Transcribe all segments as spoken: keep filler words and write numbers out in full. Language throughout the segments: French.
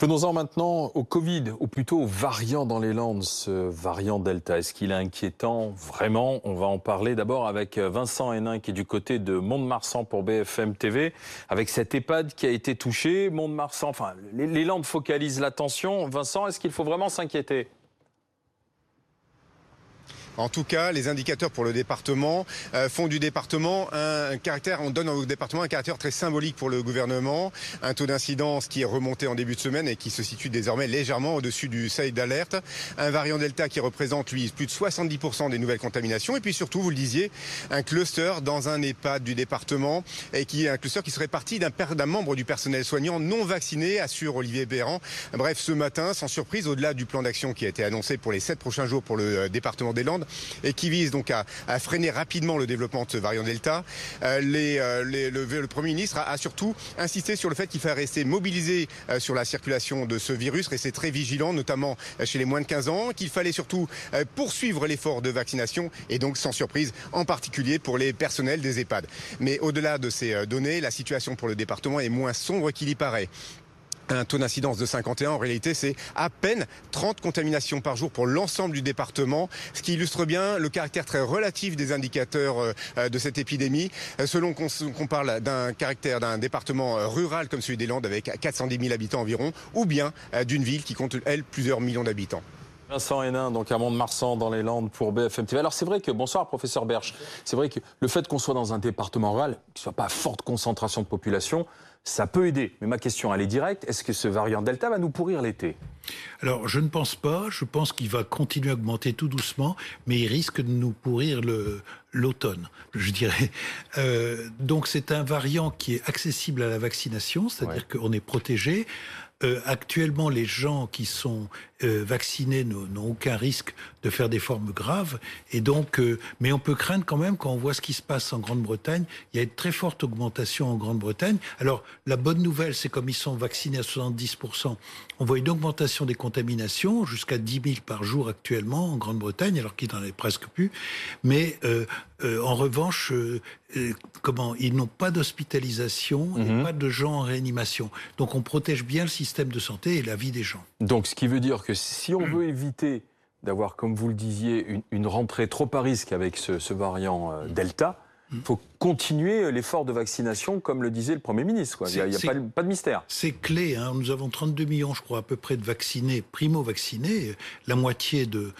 Venons-en maintenant au Covid, ou plutôt au variant dans les Landes, ce variant Delta. Est-ce qu'il est inquiétant? Vraiment, on va en parler d'abord avec Vincent Hénin qui est du côté de Mont-de-Marsan pour B F M T V, avec cette EHPAD qui a été touchée. Mont-de-Marsan, enfin, les, les Landes focalisent l'attention. Vincent, est-ce qu'il faut vraiment s'inquiéter? En tout cas, les indicateurs pour le département euh, font du département un, un caractère, on donne au département un caractère très symbolique pour le gouvernement. Un taux d'incidence qui est remonté en début de semaine et qui se situe désormais légèrement au-dessus du seuil d'alerte. Un variant Delta qui représente, lui, plus de soixante-dix pour cent des nouvelles contaminations. Et puis surtout, vous le disiez, un cluster dans un EHPAD du département et qui est un cluster qui serait parti d'un, d'un membre du personnel soignant non vacciné, assure Olivier Véran. Bref, ce matin, sans surprise, au-delà du plan d'action qui a été annoncé pour les sept prochains jours pour le département des Landes, et qui vise donc à, à freiner rapidement le développement de ce variant Delta. Euh, les, euh, les, le, le Premier ministre a, a surtout insisté sur le fait qu'il fallait rester mobilisé euh, sur la circulation de ce virus, rester très vigilant, notamment euh, chez les moins de quinze ans, qu'il fallait surtout euh, poursuivre l'effort de vaccination et donc sans surprise, en particulier pour les personnels des EHPAD. Mais au-delà de ces euh, données, la situation pour le département est moins sombre qu'il y paraît. Un taux d'incidence de cinquante et un, en réalité, c'est à peine trente contaminations par jour pour l'ensemble du département, ce qui illustre bien le caractère très relatif des indicateurs euh, de cette épidémie. Selon qu'on, qu'on parle d'un caractère d'un département rural comme celui des Landes avec quatre cent dix mille habitants environ, ou bien euh, d'une ville qui compte, elle, plusieurs millions d'habitants. Vincent Hénin, donc à Mont-de-Marsan dans les Landes pour B F M T V. Alors c'est vrai que, bonsoir professeur Berche, c'est vrai que le fait qu'on soit dans un département rural, qu'il ne soit pas à forte concentration de population, ça peut aider. Mais ma question, elle est directe. Est-ce que ce variant Delta va nous pourrir l'été? Alors, je ne pense pas. Je pense qu'il va continuer à augmenter tout doucement, mais il risque de nous pourrir le, l'automne, je dirais. Euh, donc, c'est un variant qui est accessible à la vaccination, c'est-à-dire ouais. qu'on est protégé. Euh, actuellement, les gens qui sont euh, vaccinés n'ont aucun risque de faire des formes graves. Et donc, euh, mais on peut craindre quand même, quand on voit ce qui se passe en Grande-Bretagne, il y a une très forte augmentation en Grande-Bretagne. Alors, la bonne nouvelle, c'est comme ils sont vaccinés à soixante-dix pour cent, on voit une augmentation des contaminations, jusqu'à dix mille par jour actuellement en Grande-Bretagne, alors qu'il n'en est presque plus. Mais euh, euh, en revanche, euh, euh, comment, ils n'ont pas d'hospitalisation mm-hmm. et pas de gens en réanimation. Donc, on protège bien le système de santé et la vie des gens. Donc, ce qui veut dire que si on veut éviter d'avoir, comme vous le disiez, une, une rentrée trop à risque avec ce, ce variant euh, Delta, il faut continuer l'effort de vaccination, comme le disait le Premier ministre. Quoi. Il n'y a, a pas, pas de mystère. C'est clé. Hein. Nous avons trente-deux millions, je crois, à peu près de vaccinés, primo-vaccinés, la moitié de,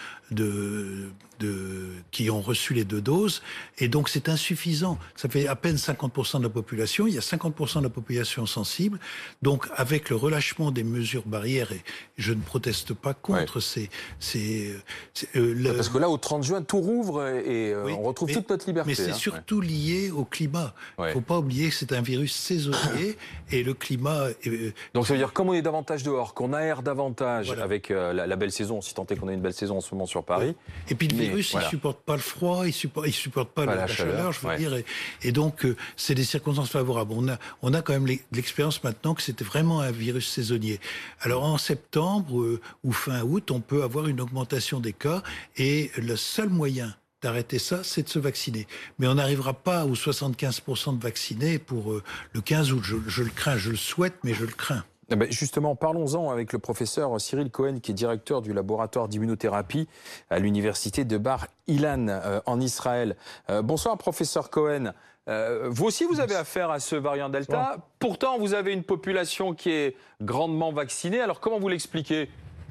de, de, qui ont reçu les deux doses. Et donc, c'est insuffisant. Ça fait à peine cinquante pour cent de la population. Il y a cinquante pour cent de la population sensible. Donc, avec le relâchement des mesures barrières, et je ne proteste pas contre, ouais. c'est... c'est, c'est euh, le... Parce que là, au trente juin, tout rouvre et euh, oui, on retrouve mais, toute notre liberté. Mais c'est hein. surtout ouais. lié au climat. Il ouais. ne faut pas oublier que c'est un virus saisonnier et le climat... Euh, Donc ça veut dire comme on est davantage dehors, qu'on aère davantage voilà. avec euh, la, la belle saison, si tant est qu'on a une belle saison en ce moment sur Paris. Ouais. Et puis le mais, virus, voilà. il ne supporte pas le froid, il ne supporte, il supporte pas, pas la, la chaleur, chaleur, je veux ouais. dire. Et, et donc, euh, c'est des circonstances favorables. On a, on a quand même l'expérience maintenant que c'était vraiment un virus saisonnier. Alors en septembre euh, ou fin août, on peut avoir une augmentation des cas et le seul moyen d'arrêter ça, c'est de se vacciner. Mais on n'arrivera pas aux soixante-quinze pour cent de vaccinés pour euh, le quinze août. Je, je le crains, je le souhaite, mais je le crains. Eh ben justement, parlons-en avec le professeur Cyril Cohen, qui est directeur du laboratoire d'immunothérapie à l'université de Bar Ilan euh, en Israël. Euh, bonsoir, professeur Cohen. Euh, vous aussi, vous avez affaire à ce variant Delta. Bonsoir. Pourtant, vous avez une population qui est grandement vaccinée. Alors, comment vous l'expliquez ?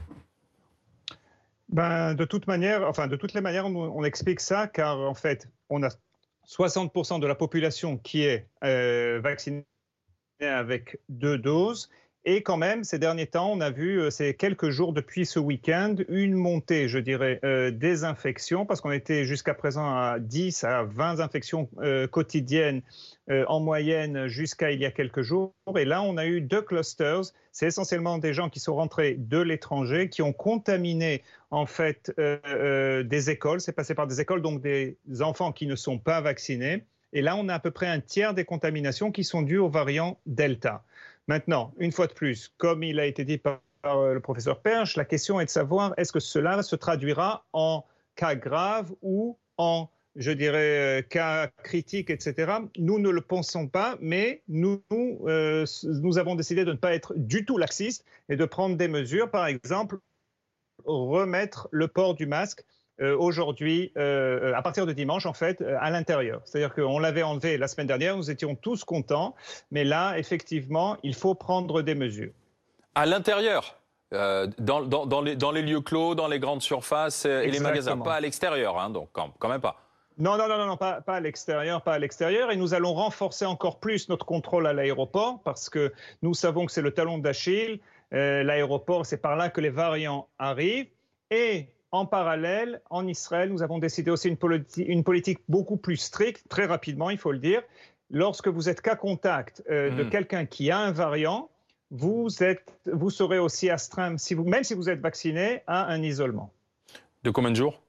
Ben, de toute manière, enfin, de toutes les manières, on, on explique ça, car en fait, on a soixante pour cent de la population qui est euh, vaccinée avec deux doses. Et quand même, ces derniers temps, on a vu, euh, ces quelques jours depuis ce week-end, une montée, je dirais, euh, des infections, parce qu'on était jusqu'à présent à dix à vingt infections euh, quotidiennes euh, en moyenne jusqu'à il y a quelques jours. Et là, on a eu deux clusters. C'est essentiellement des gens qui sont rentrés de l'étranger, qui ont contaminé en fait euh, euh, des écoles. C'est passé par des écoles, donc des enfants qui ne sont pas vaccinés. Et là, on a à peu près un tiers des contaminations qui sont dues au variant Delta. Maintenant, une fois de plus, comme il a été dit par le professeur Perche, la question est de savoir est-ce que cela se traduira en cas grave ou en je dirais, cas critiques, et cetera. Nous ne le pensons pas, mais nous, euh, nous avons décidé de ne pas être du tout laxistes et de prendre des mesures, par exemple, remettre le port du masque euh, aujourd'hui, euh, à partir de dimanche, en fait, euh, à l'intérieur. C'est-à-dire qu'on l'avait enlevé la semaine dernière, nous étions tous contents, mais là, effectivement, il faut prendre des mesures. À l'intérieur euh, dans, dans, dans, les, dans les lieux clos, dans les grandes surfaces euh, et les magasins, pas à l'extérieur, hein, donc quand, quand même pas. Non, non, non, non, non pas, pas à l'extérieur, pas à l'extérieur. Et nous allons renforcer encore plus notre contrôle à l'aéroport parce que nous savons que c'est le talon d'Achille. Euh, l'aéroport, c'est par là que les variants arrivent. Et en parallèle, en Israël, nous avons décidé aussi une, politi une politique beaucoup plus stricte, très rapidement, il faut le dire. Lorsque vous êtes cas contact euh, mmh. de quelqu'un qui a un variant, vous, êtes, vous serez aussi astreint, si vous, même si vous êtes vacciné, à un isolement. De combien de jours?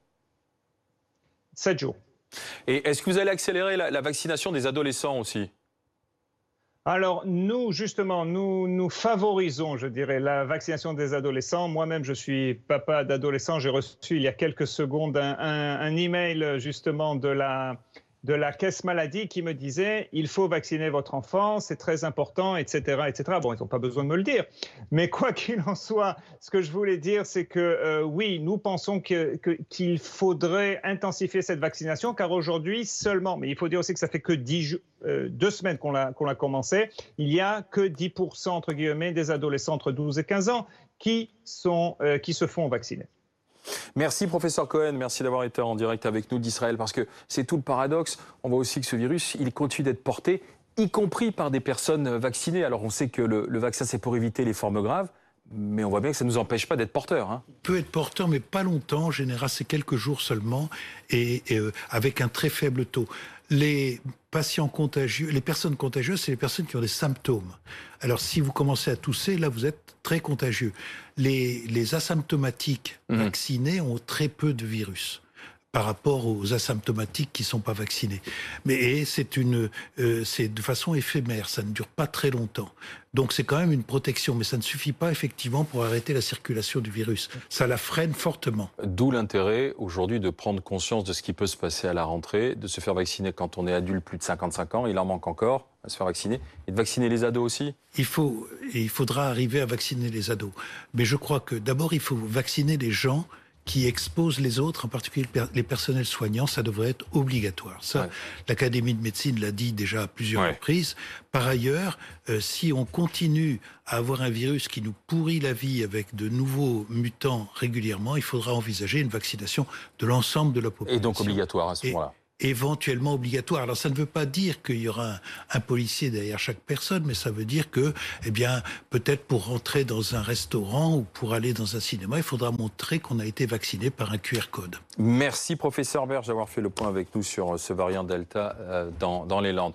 Sept jours. Et est-ce que vous allez accélérer la, la vaccination des adolescents aussi? Alors, nous, justement, nous, nous favorisons, je dirais, la vaccination des adolescents. Moi-même, je suis papa d'adolescents. J'ai reçu il y a quelques secondes un, un, un email, justement, de la... de la caisse maladie qui me disait « il faut vacciner votre enfant, c'est très important, et cetera et cetera » Bon, ils n'ont pas besoin de me le dire. Mais quoi qu'il en soit, ce que je voulais dire, c'est que euh, oui, nous pensons que, que, qu'il faudrait intensifier cette vaccination, car aujourd'hui seulement, mais il faut dire aussi que ça fait que dix, euh, deux semaines qu'on l'a, qu'on l'a commencé, il n'y a que dix pour cent, entre guillemets, des adolescents entre douze et quinze ans qui, sont, euh, qui se font vacciner. Merci professeur Cohen, merci d'avoir été en direct avec nous d'Israël parce que c'est tout le paradoxe. On voit aussi que ce virus, il continue d'être porté, y compris par des personnes vaccinées. Alors on sait que le, le vaccin c'est pour éviter les formes graves, mais on voit bien que ça ne nous empêche pas d'être porteur. Hein. Peut être porteur, mais pas longtemps. En général, c'est quelques jours seulement et, et euh, avec un très faible taux. Les patients contagieux, les personnes contagieuses, c'est les personnes qui ont des symptômes. Alors, si vous commencez à tousser, là, vous êtes très contagieux. Les, les asymptomatiques mmh. vaccinés ont très peu de virus par rapport aux asymptomatiques qui ne sont pas vaccinés. Mais c'est une, euh, c'est de façon éphémère, ça ne dure pas très longtemps. Donc c'est quand même une protection, mais ça ne suffit pas effectivement pour arrêter la circulation du virus. Ça la freine fortement. D'où l'intérêt aujourd'hui de prendre conscience de ce qui peut se passer à la rentrée, de se faire vacciner quand on est adulte plus de cinquante-cinq ans, il en manque encore à se faire vacciner, et de vacciner les ados aussi. Il faut, et il faudra arriver à vacciner les ados. Mais je crois que d'abord il faut vacciner les gens qui exposent les autres, en particulier les personnels soignants, ça devrait être obligatoire. Ça, ouais. L'Académie de médecine l'a dit déjà à plusieurs ouais. reprises. Par ailleurs, euh, si on continue à avoir un virus qui nous pourrit la vie avec de nouveaux mutants régulièrement, il faudra envisager une vaccination de l'ensemble de la population. Et donc obligatoire à ce moment-là. Éventuellement obligatoire. Alors ça ne veut pas dire qu'il y aura un, un policier derrière chaque personne, mais ça veut dire que, eh bien, peut-être pour rentrer dans un restaurant ou pour aller dans un cinéma, il faudra montrer qu'on a été vacciné par un Q R code. Merci professeur Berge d'avoir fait le point avec nous sur ce variant Delta euh, dans, dans les Landes.